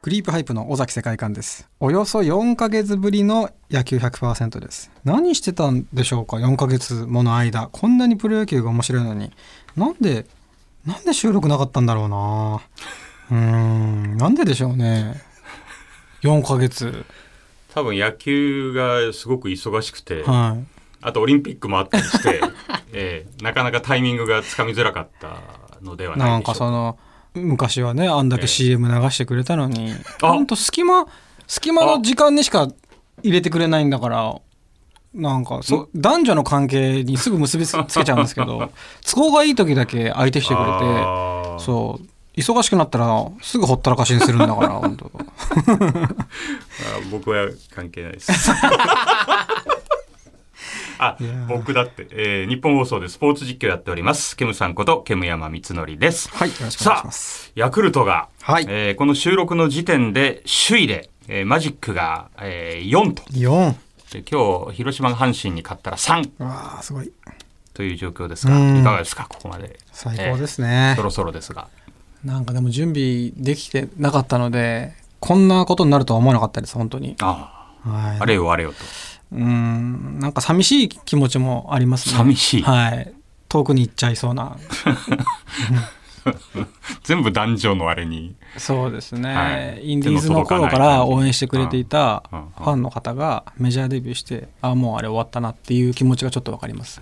グリープハイプの尾崎世界観です。およそ4ヶ月ぶりの野球 100% です。何してたんでしょうか。4ヶ月もの間こんなにプロ野球が面白いのになんで収録なかったんだろうな。なんででしょうね。4ヶ月多分野球がすごく忙しくて、 はい、 あとオリンピックもあったりして、なかなかタイミングがつかみづらかったのではないでしょうか。 なんか昔はね、あんだけ CM 流してくれたのに、ほんと隙間の時間にしか入れてくれないんだから、なんか男女の関係にすぐ結びつけちゃうんですけど都合がいい時だけ相手してくれて、そう忙しくなったらすぐほったらかしにするんだから本当僕は関係ないです僕だって、日本放送でスポーツ実況やっておりますケムさんことケム山光則です。 はい、よろしくお願いします。 ヤクルトが、 はい、 この収録の時点で首位で、マジックが、4と 4 で今日広島が阪神に勝ったら3 わーすごいという状況ですが、いかがですか。ここまで最高ですね、 そろそろですが、 なんかでも準備できてなかったのでこんなことになるとは思わなかったです本当に。 あれよあれよとなんか寂しい気持ちもありますね。 寂しい、 はい、遠くに行っちゃいそうな全部男女のあれに。 そうですね、 はい、 インディーズの頃から応援してくれていたファンの方がメジャーデビューしてもうあれ終わったなっていう気持ちがちょっと分かります。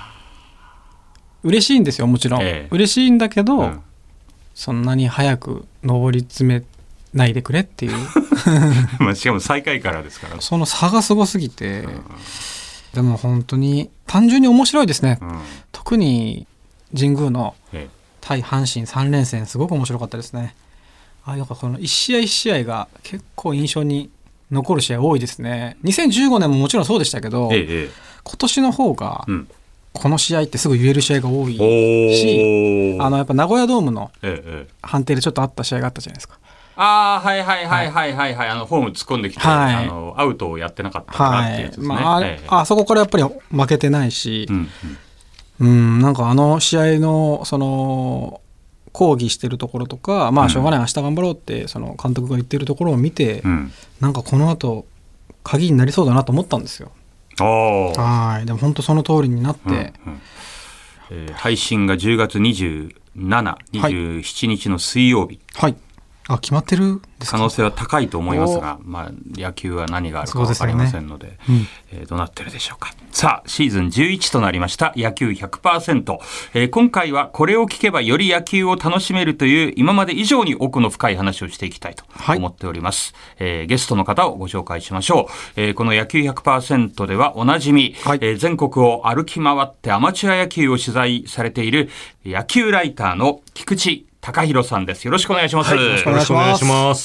嬉しいんですよもちろん、嬉しいんだけど、そんなに早く上り詰めないでくれっていうしかも最下位からですから、 その差がすごすぎて、でも本当に単純に面白いですね、特に神宮の対阪神3連戦すごく面白かったですね。なんかこの一試合一試合が結構印象に残る試合多いですね。2015年ももちろんそうでしたけど、今年の方が、この試合ってすぐ言える試合が多いし、やっぱ名古屋ドームの判定でちょっとあった試合があったじゃないですか。 はいホーム突っ込んできて、アウトをやってなかったからっていうやつですね。 あそこからやっぱり負けてないし、なんかあの試合のその抗議してるところとか、しょうがない明日頑張ろうってその監督が言ってるところを見て、なんかこの後鍵になりそうだなと思ったんですよ。でも本当その通りになって、 配信が10月27、27日の水曜日、 決まってるんですか。 可能性は高いと思いますが、野球は何があるか分かりませんので、どうなってるでしょうか。さあシーズン11となりました野球 100%、今回はこれを聞けばより野球を楽しめるという今まで以上に奥の深い話をしていきたいと思っております。ゲストの方をご紹介しましょう。この野球 100% ではおなじみ、全国を歩き回ってアマチュア野球を取材されている野球ライターの菊池貴弘さんです。よろしくお願いします。 よろしくお願いします。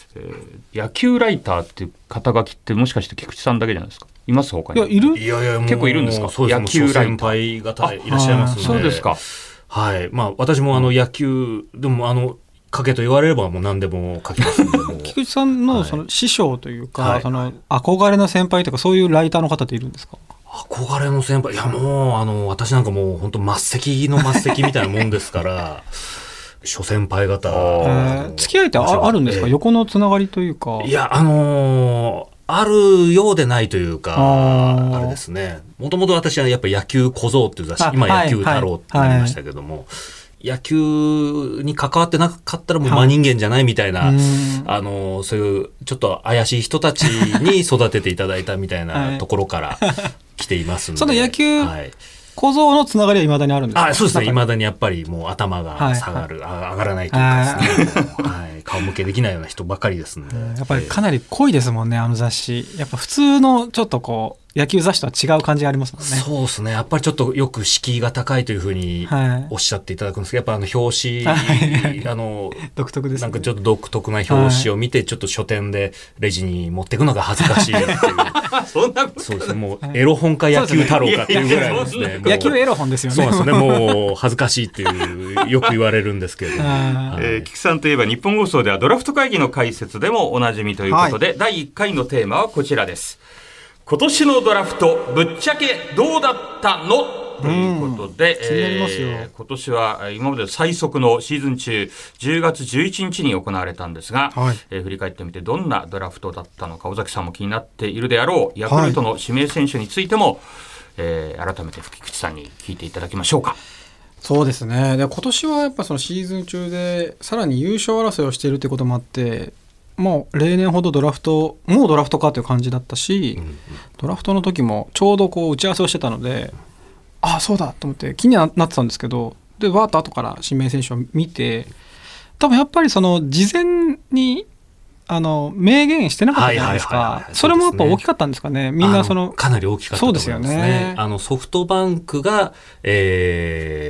野球ライターっていう肩書きってもしかして菊池さんだけじゃないですか。います他に。 いる？ いや結構いるんですか。 そうです。野球ライター先輩方いらっしゃいますので。 そうですか。 はい。私も野球でも書けと言われればもう何でも書きますんで菊池さんのその師匠というか、その憧れの先輩とかそういうライターの方っているんですか。 憧れの先輩、いやもう私なんかもう本当末席の末席みたいなもんですから諸先輩方付き合いってあるんですか。横のつながりというか。 いやあるようでないというか、あれですね。もともと私はやっぱり野球小僧っていう雑誌、今野球太郎ってなりましたけども、野球に関わってなかったらもう真人間じゃないみたいな、そういうちょっと怪しい人たちに育てていただいたみたいなところから来ていますので、 その野球小僧のつながりは未だにあるんですか。 そうですね。未だにやっぱりもう頭が下がる、上がらないというかですね、顔向けできないような人ばかりですので、 やっぱりかなり濃いですもんね、あの雑誌。やっぱ普通のちょっとこう野球雑誌とは違う感じがありますもんね。 そうですね。やっぱりちょっとよく敷居が高いというふうにおっしゃっていただくんですけど、やっぱ表紙独特ですね。 なんかちょっと独特な表紙を見て、ちょっと書店でレジに持っていくのが恥ずかしいっていうそんなことそうですね。もうエロ本か野球太郎かっていうぐらいですね。 野球エロ本ですよね。 そうですね。もう恥ずかしいっていうよく言われるんですけれども、 菊池さんといえば日本放送ではドラフト会議の解説でもおなじみということで、第1回のテーマはこちらです。今年のドラフトぶっちゃけどうだったのということで、今年は今まで最速のシーズン中10月11日に行われたんですが、振り返ってみてどんなドラフトだったのか尾崎さんも気になっているであろうヤクルトの指名選手についても、改めて吹口さんに聞いていただきましょうか。 そうですね。で今年はやっぱそのシーズン中でさらに優勝争いをしているということもあって、もう例年ほどもうドラフトかという感じだったし、ドラフトの時もちょうどこう打ち合わせをしてたので、あそうだと思って気にはなってたんですけど、でわーっと後から指名選手を見て、多分やっぱりその事前に明言してなかったじゃないですか。それもやっぱ大きかったんですかね。みんなかなり大きかったと思いますね。そうですよね。ソフトバンクが、風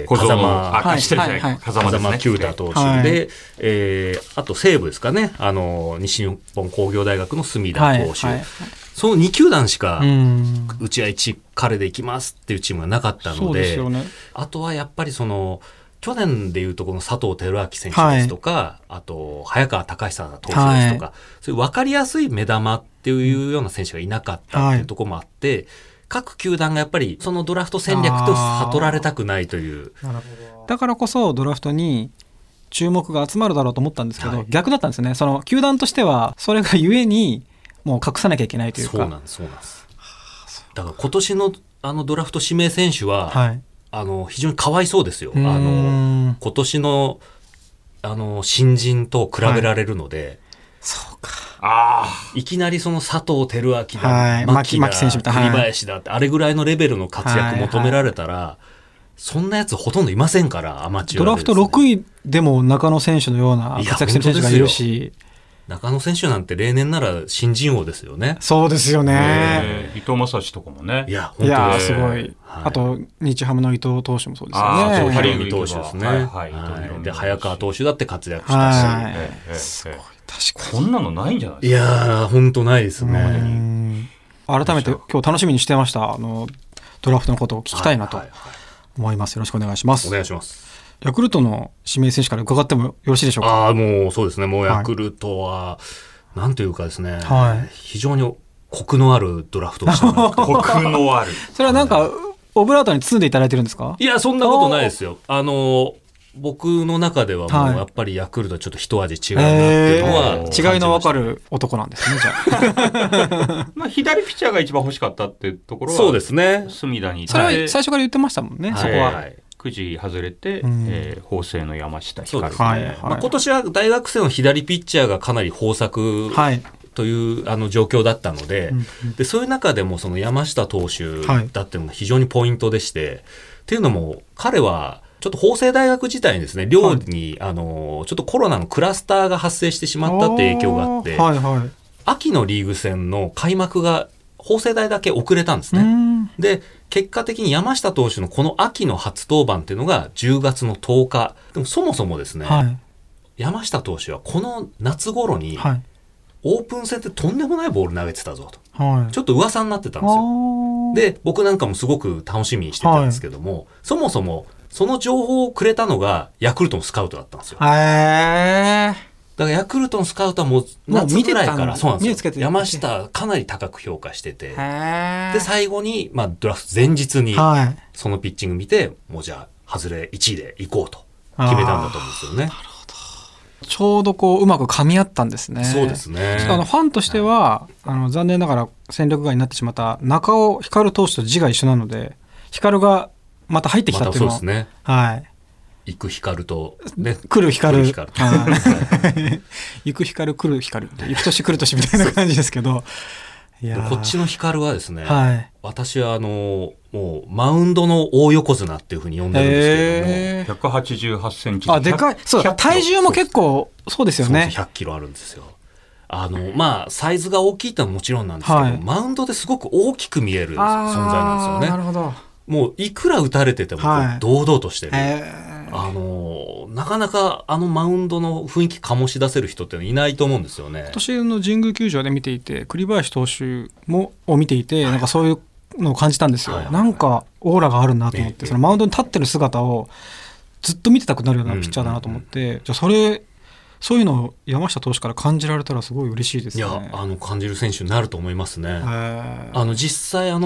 間球打投手で、あと西武ですかね。西日本工業大学の隅田投手。その2球団しかうちは1彼で行きますっていうチームがなかったので、あとはやっぱり去年でいうとこの佐藤輝明選手ですとか、あと早川隆久投手ですとか、そういう分かりやすい目玉っていうような選手がいなかったっていうところもあって、各球団がやっぱりそのドラフト戦略と悟られたくないという。 だからこそドラフトに注目が集まるだろうと思ったんですけど、逆だったんですね。その球団としてはそれがゆえにもう隠さなきゃいけないというか。 そうなんです。だから今年のドラフト指名選手は、非常にかわいそうですよ。今年の新人と比べられるので、 そうか。 いきなりその佐藤輝明だ、牧選手だ、栗林だって、あれぐらいのレベルの活躍求められたら、そんなやつほとんどいませんから、アマチュアで、 ドラフト6位でも中野選手のような活躍する選手がいるし、 中野選手なんて例年なら新人王ですよね。 そうですよね。 伊藤将司とかもね。 いやすごい。あと日ハムの伊藤投手もそうですよね。 パ・リーグ投手ですね。で早川投手だって活躍したし、 すごい。確かにこんなのないんじゃないですか。いや本当ないですね。 改めて今日楽しみにしてました。ドラフトのことを聞きたいなと思います。よろしくお願いします。 お願いします。 ヤクルトの指名選手から伺ってもよろしいでしょうか。 もうそうですね。もうヤクルトは、なんというかですね、非常にコクのあるドラフトをしたなコクのある。 それはなんかオブラートに包んでいただいてるんですか。 いやそんなことないですよ。僕の中ではもうやっぱりヤクルトはちょっと一味違うなっていうのは、 違いの分かる男なんですね。じゃあ左ピッチャーが一番欲しかったっていうところはそうですね。 隅田にそれは最初から言ってましたもんね。そこは。 くじ外れて、法政の山下光。 今年は大学生の左ピッチャーがかなり豊作という状況だったので、でそういう中でもその山下投手だっていうのが非常にポイントでして、っていうのも彼はちょっと法政大学自体にですね、寮にちょっとコロナのクラスターが発生してしまったっていう影響があって、秋のリーグ戦の開幕が法政大だけ遅れたんですね。で結果的に山下投手のこの秋の初登板っていうのが10月の10日。でもそもそもですね、山下投手はこの夏頃に、オープン戦ってとんでもないボール投げてたぞと、ちょっと噂になってたんですよ。で僕なんかもすごく楽しみにしてたんですけども、そもそもその情報をくれたのがヤクルトのスカウトだったんですよ。だからヤクルトのスカウトはもう夏ぐらいからそうなんですよ。山下かなり高く評価してて、で最後に、ドラフト前日にそのピッチング見て、もうじゃあ外れ1位で行こうと決めたんだと思うんですよね。 なるほど。ちょうどうまく噛み合ったんですね。 そうですね。 ファンとしては、残念ながら戦力外になってしまった中尾光投手と字が一緒なので、光がまた入ってきたっていうのは、 そうですね。行く光と、ね、 来る光。行く光来る光。行く年来る年みたいな感じですけど。 こっちの光はですね、私はもうマウンドの大横綱っていうふうに呼んでるんですけども、 188センチ。 でかい。そう、体重も結構そうですよね。 100キロあるんですよ。サイズが大きいってのはもちろんなんですけど、マウンドですごく大きく見える存在なんですよね。 なるほど。 もういくら打たれてても堂々としてる、なかなかマウンドの雰囲気醸し出せる人っていないと思うんですよね。 今年の神宮球場で見ていて、栗林投手を見ていて、なんかそういうのを感じたんですよ。なんかオーラがあるなと思って、そのマウンドに立ってる姿をずっと見てたくなるようなピッチャーだなと思って、じゃあそういうのを山下投手から感じられたらすごい嬉しいですね。 いや感じる選手になると思いますね。実際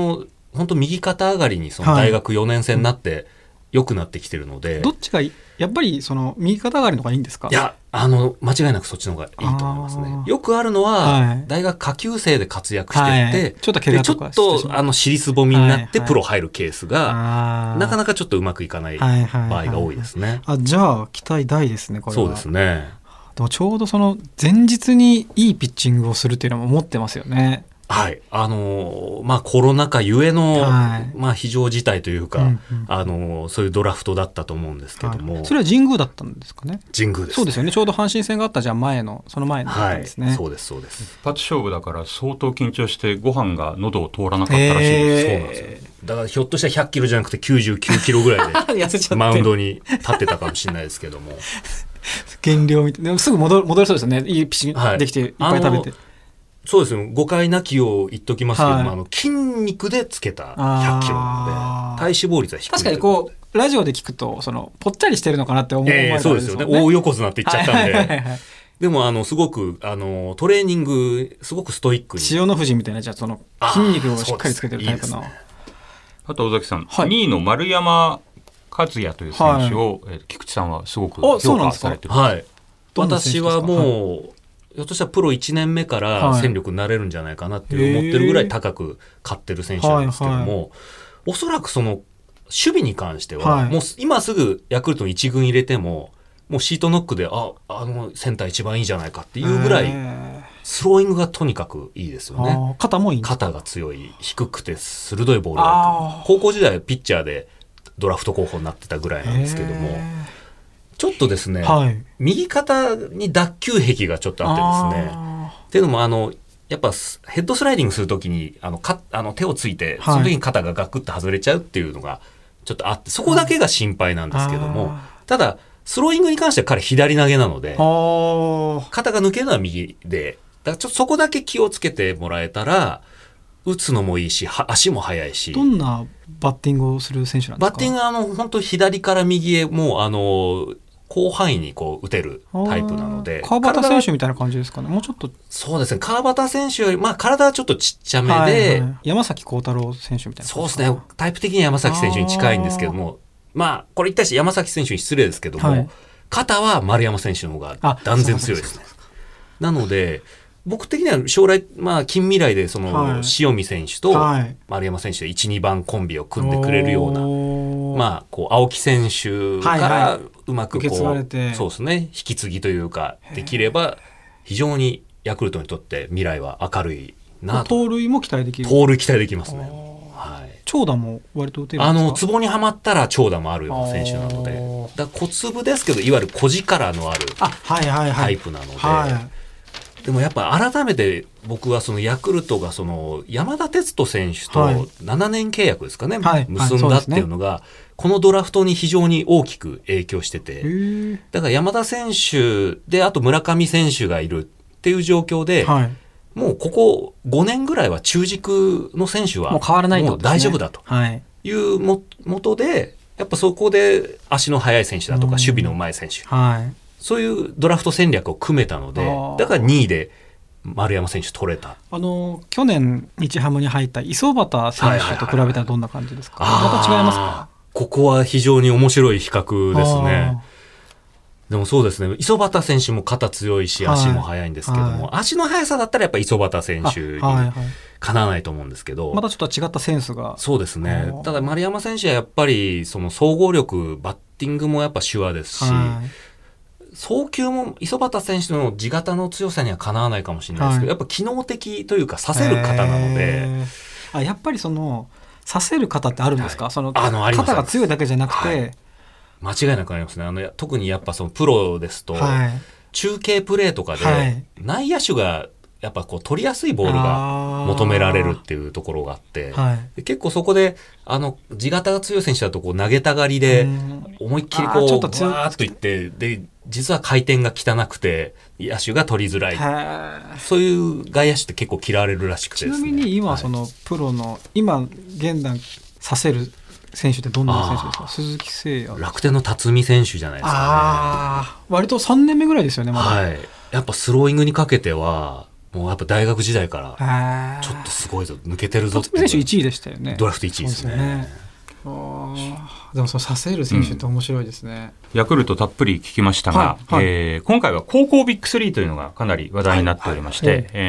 本当右肩上がりにその大学4年生になって良くなってきてるので、 どっちがやっぱりその右肩上がりの方がいいんですか？ いや間違いなくそっちの方がいいと思いますね。よくあるのは、大学下級生で活躍してって、 ちょっと怪我とかしてしまう、 ちょっと尻すぼみになってプロ入るケースが、なかなかちょっとうまくいかない場合が多いですね。 じゃあ期待大ですねこれは。 そうですね。 でもちょうどその前日にいいピッチングをするっていうのも持ってますよね。 はい、コロナ禍ゆえの、非常事態というか、そういうドラフトだったと思うんですけども、 それは神宮だったんですかね。 神宮ですね。 そうですよね。ちょうど阪神戦があったじゃあその前のですね。 そうですそうです。 一発勝負だから相当緊張してご飯が喉を通らなかったらしいです。 そうなんですよ。だからひょっとしたら100キロじゃなくて99キロぐらいで痩せちゃってマウンドに立ってたかもしれないですけども減量みたいな。でもすぐ戻りそうですよね。いいピッチングできていっぱい食べて。 そうですよ。誤解なきを言っときますけども、筋肉でつけた100キロなので、体脂肪率は低い。 確かにこう、ラジオで聞くと、ぽっちゃりしてるのかなって思う前そうですよね。大横綱って言っちゃったんで。でも、すごく、トレーニング、すごくストイックに。 千代の富士みたいな、じゃあその、筋肉をしっかりつけてるタイプの。 あと、尾崎さん、2位の丸山和也という選手を、菊池さんはすごく評価されてる。 はい。私はもう、ひょっとしたらプロ1年目から戦力になれるんじゃないかなって思ってるぐらい高く買ってる選手なんですけども、おそらくその守備に関しては、もう今すぐヤクルトの1軍入れても、もうシートノックでセンター一番いいじゃゃないかっていうぐらい、スローイングがとにかくいいですよね。 肩もいいんですか？ 肩が強い、低くて鋭いボールが、高校時代はピッチャーでドラフト候補になってたぐらいなんですけども、ちょっとですね、右肩に脱臼癖がちょっとあってですね。っていうのもやっぱヘッドスライディングするときに手をついて、その時に肩がガクッと外れちゃうっていうのがちょっとあって、そこだけが心配なんですけども、ただスローイングに関しては彼左投げなので、肩が抜けるのは右で、だからちょっとそこだけ気をつけてもらえたら、打つのもいいし、足も速いし。 どんなバッティングをする選手なんですか？ バッティングは本当左から右へもう広範囲にこう打てるタイプなので。 川端選手みたいな感じですかね。もうちょっと。 そうですね。川端選手より、体はちょっとちっちゃめで。 山崎幸太郎選手みたいな。 そうですね。タイプ的には山崎選手に近いんですけども、これ言ったし山崎選手に失礼ですけども、肩は丸山選手の方が断然強いですね。なので、僕的には将来、近未来で塩見選手と丸山選手で1、2番コンビを組んでくれるような、青木選手からうまくそうですね、引き継ぎというか、できれば、非常にヤクルトにとって未来は明るいなと。 盗塁も期待できる？ 盗塁期待できますね。 長打も割と打てるんですか？ ツボにはまったら長打もあるような選手なので、だ小粒ですけど、いわゆる小力のあるタイプなので、でもやっぱ改めて僕はヤクルトが山田哲人選手と7年契約ですかね、結んだっていうのが、このドラフトに非常に大きく影響してて、だから山田選手で、あと村上選手がいるっていう状況で、もうここ5年ぐらいは中軸の選手はもう変わらないと、大丈夫だというもとで、やっぱそこで足の速い選手だとか守備のうまい選手、そういうドラフト戦略を組めたので、だから2位で丸山選手取れた。 去年日ハムに入った磯端選手と比べたらどんな感じですか？また違いますか？ ここは非常に面白い比較ですね。でもそうですね、磯端選手も肩強いし足も速いんですけども、足の速さだったらやっぱり磯端選手にかなわないと思うんですけど、 またちょっと違ったセンスが。 そうですね。ただ丸山選手はやっぱり総合力、バッティングもやっぱ手話ですし、送球も磯端選手の地型の強さにはかなわないかもしれないですけど、やっぱ機能的というかさせる方なので、 やっぱりさせる方ってあるんですか？肩が強いだけじゃなくて、 間違いなくありますね。特にやっぱプロですと、中継プレーとかで内野手がやっぱ取りやすいボールが求められるっていうところがあって、結構そこで地型が強い選手だと投げたがりで思いっきりバーッといって、で実は回転が汚くて野手が取りづらい、そういう外野手って結構嫌われるらしくてですね。 ちなみに今プロの今現段させる選手ってどんな選手ですか？鈴木誠也、 楽天の辰巳選手じゃないですかね。 割と3年目ぐらいですよね、まだ。 やっぱスローイングにかけてはもうやっぱ大学時代からちょっとすごいぞ、抜けてるぞって。 辰巳選手1位でしたよね。 ドラフト1位ですね。 でもそのさせる選手って面白いですね。 ヤクルトたっぷり聞きましたが、今回は高校ビッグ3というのがかなり話題になっておりまして、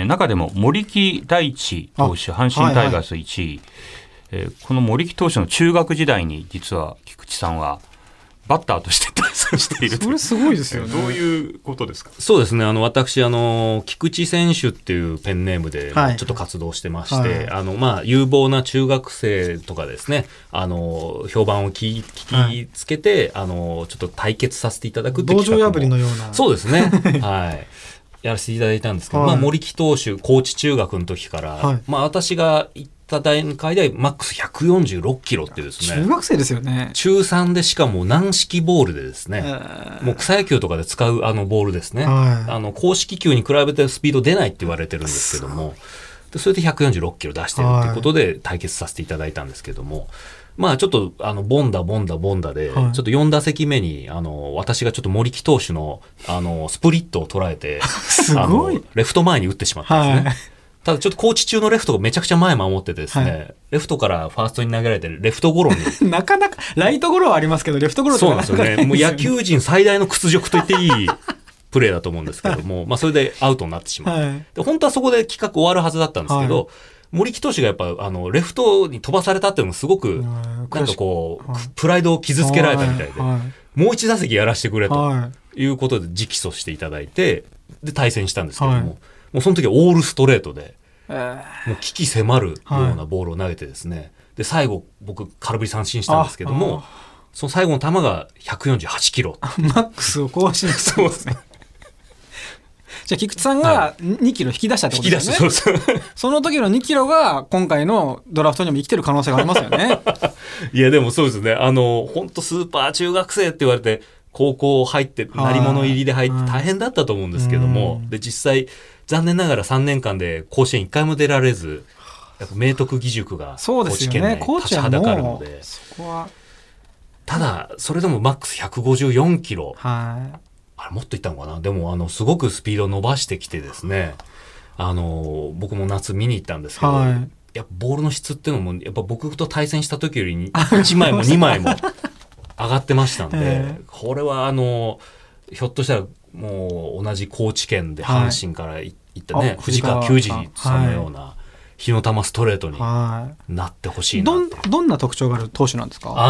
中でも森木大地投手、阪神タイガース1位、この森木投手の中学時代に実は菊池さんはバッターとして対戦している。 それすごいですよね。 どういうことですか？ そうですね、私菊池選手っていうペンネームでちょっと活動してまして、有望な中学生とかですね、評判を聞きつけて、ちょっと対決させていただくっていう企画も、 道場破りのような。 そうですねはいやらせていただいたんですけど、森木投手高知中学の時から、私が行った段階でマックス146キロっていうですね、 中学生ですよね。 中3でしかも軟式ボールでですね、もう草野球とかで使うボールですね、公式球に比べてスピード出ないって言われてるんですけども、でそれで146キロ出してるっていうことで対決させていただいたんですけども、ちょっとボンダで、ちょっと4打席目に私がちょっと森木投手のスプリットを捉えてすごいレフト前に打ってしまったんですね。ただちょっとコーチ中のレフトがめちゃくちゃ前守っててですね、レフトからファーストに投げられてレフトゴロになかなかライトゴロはありますけどレフトゴロってそうなんですよね。もう野球人最大の屈辱と言っていいプレーだと思うんですけども、それでアウトになってしまう、で本当はそこで企画終わるはずだったんですけど、森木投手がやっぱレフトに飛ばされたっていうのもすごくなんかこう、プライドを傷つけられたみたいで、もう一打席やらせてくれということで直訴していただいて、で対戦したんですけども、もうその時はオールストレートで、もう危機迫るようなボールを投げてですね、で最後僕空振り三振したんですけども、その最後の球が148キロマックスを更新したんですね。じゃあ菊池さんが2キロ引き出したってことですね。 引き出した、 その時の2キロが今回のドラフトにも生きてる可能性がありますよね。 いやでもそうですね、本当スーパー中学生って言われて高校入って鳴り物入りで入って大変だったと思うんですけども、で実際残念ながら3年間で甲子園1回も出られず、やっぱ明徳義塾が高知県内に立ちはだかるので、ただそれでもマックス154キロ、あれもっといったのかな、でもすごくスピードを伸ばしてきてですね、僕も夏見に行ったんですけど、やっぱボールの質っていうのもやっぱ僕と対戦した時より1枚も2枚も上がってましたんで、これはひょっとしたらもう同じ高知県で阪神から行ったね、藤川球児さんのような火の玉ストレートになってほしいなって。 どんな特徴がある投手なんですか？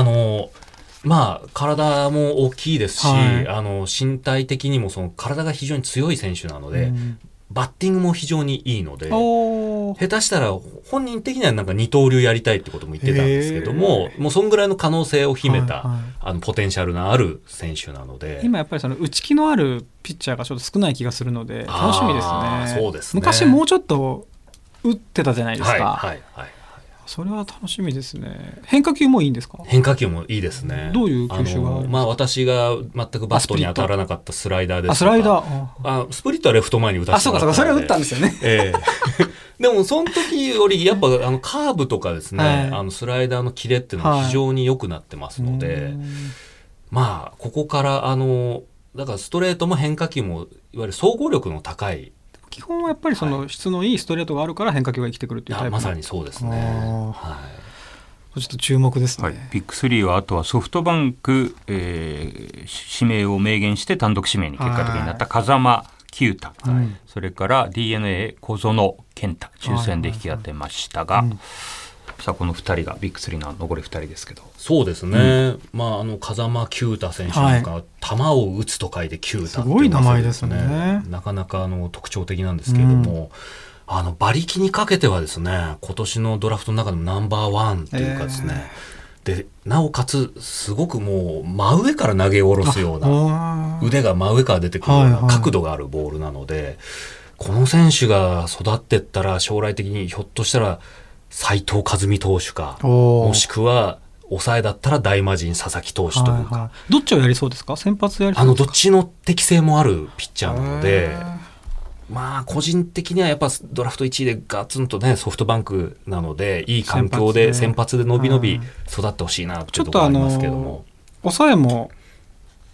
体も大きいですし、身体的にもその体が非常に強い選手なので、バッティングも非常にいいので、下手したら本人的にはなんか二刀流やりたいってことも言ってたんですけども、もうそんぐらいの可能性を秘めた、ポテンシャルのある選手なので、 今やっぱりその打ち気のあるピッチャーがちょっと少ない気がするので楽しみですね。 そうですね。 昔もうちょっと打ってたじゃないですか。それは楽しみですね。変化球もいいんですか？ 変化球もいいですね。 どういう球種が？ 私が全くバットに当たらなかったスライダーですとか。 スライダー。 スプリットはレフト前に打たせてもらったので。 それは打ったんですよね。 でもその時よりやっぱカーブとかですね、スライダーのキレっていうのは非常に良くなってますので、ここからだからストレートも変化球もいわゆる総合力の高い。 基本はやっぱりその質のいいストレートがあるから変化球が生きてくるっていうタイプ。 まさにそうですね。 ちょっと注目ですね。 ビッグ3はあとはソフトバンク、指名を明言して単独指名に結果的になった風間球太、それから DNA 小園健太抽選で引き当てましたが、さあこの2人がビッグ3の残り2人ですけど。 そうですね、風間球太選手なんか、球を打つと書いて球太って、すごい名前ですね。なかなか特徴的なんですけれども、馬力にかけてはですね、今年のドラフトの中でもナンバーワンというかですね、でなおかつすごくもう真上から投げ下ろすような、腕が真上から出てくるような角度があるボールなので、この選手が育っていったら将来的にひょっとしたら斉藤和美投手か、もしくは抑えだったら大魔神佐々木投手というか、 どっちをやりそうですか？先発やりそうですか？ どっちの適性もあるピッチャーなので、個人的にはやっぱドラフト1位でガツンとねソフトバンクなので、いい環境で先発で伸び伸び育ってほしいなというところありますけども、 抑えも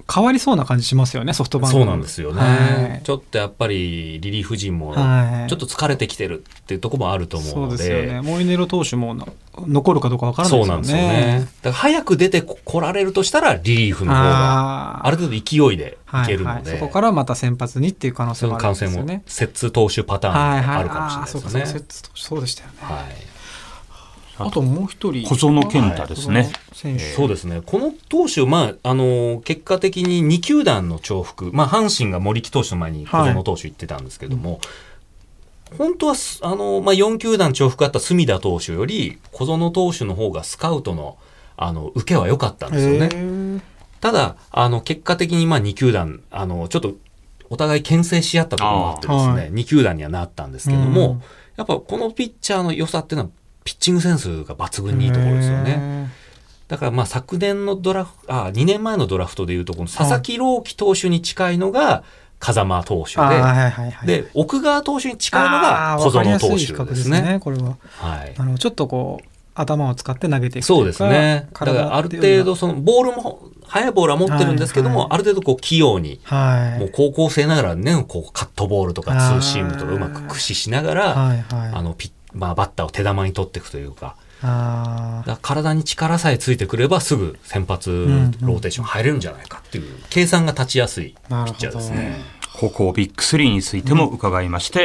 変わりそうな感じしますよね、ソフトバンク。 そうなんですよね、はい、ちょっとやっぱりリリーフ陣もちょっと疲れてきてるっていうところもあると思うので、 そうですよね。モイネロ投手も残るかどうか分からないですよね。 そうなんですよね。だから早く出てこられるとしたらリリーフの方がある程度勢いでいけるので、 そこからまた先発にっていう可能性もあるんですよね。 その可能性も摂津投手パターンがあるかもしれないですね。 摂津投手そうでしたよね。 はい。 あともう一人小園健太ですね、 そうですね。この投手、結果的に2球団の重複、阪神が森木投手の前に小園投手行ってたんですけども、本当は4球団重複あった隅田投手より小園投手の方がスカウトの受けは良かったんですよね。ただ結果的に2球団ちょっとお互い牽制し合ったところもあってですね、2球団にはなったんですけども、やっぱこのピッチャーの良さっていうのはピッチングセンスが抜群にいいところですよね。だから昨年の2年前のドラフトでいうとこの佐々木朗希投手に近いのが風間投手で、で奥川投手に近いのが小園投手ですね。 これは、ちょっとこう頭を使って投げていくというか。 そうですね。だからある程度そのボールも速いボールは持ってるんですけども、ある程度こう器用に、もう高校生ながらね、こうカットボールとかツーシームとかうまく駆使しながら、バッターを手玉に取っていくというか、体に力さえついてくればすぐ先発ローテーション入れるんじゃないかっていう計算が立ちやすいピッチャーですね。 高校ビッグ3についても伺いまして、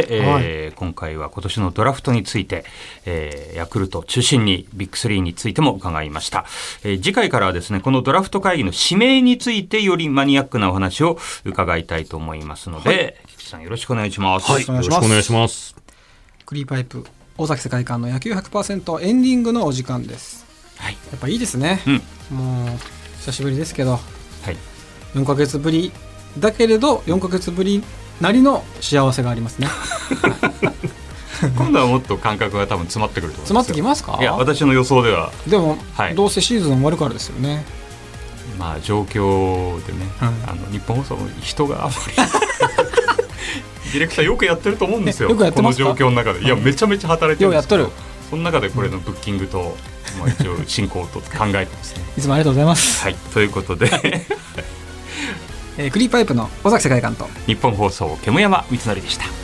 今回は今年のドラフトについて、ヤクルト中心にビッグ3についても伺いました。次回からはですね、このドラフト会議の指名についてよりマニアックなお話を伺いたいと思いますので、菊池さんよろしくお願いします。 よろしくお願いします。 クリーパイプ尾崎世界観の野球 100% エンディングのお時間です。やっぱいいですね、もう久しぶりですけど、4ヶ月ぶりだけれど4ヶ月ぶりなりの幸せがありますね。 今度はもっと感覚が多分詰まってくると思います。 詰まってきますか？ いや、私の予想では。 でも、どうせシーズン終わるからですよね。 状況でね、日本放送の人があんまりディレクターよくやってると思うんですよ。この状況の中で。いや、めちゃめちゃ働いてるんですけど、その中でこれのブッキングと、一応進行と考えてますね。 いつもありがとうございます。 ということでクリーパイプの尾崎世界観と日本放送煙山光則でした。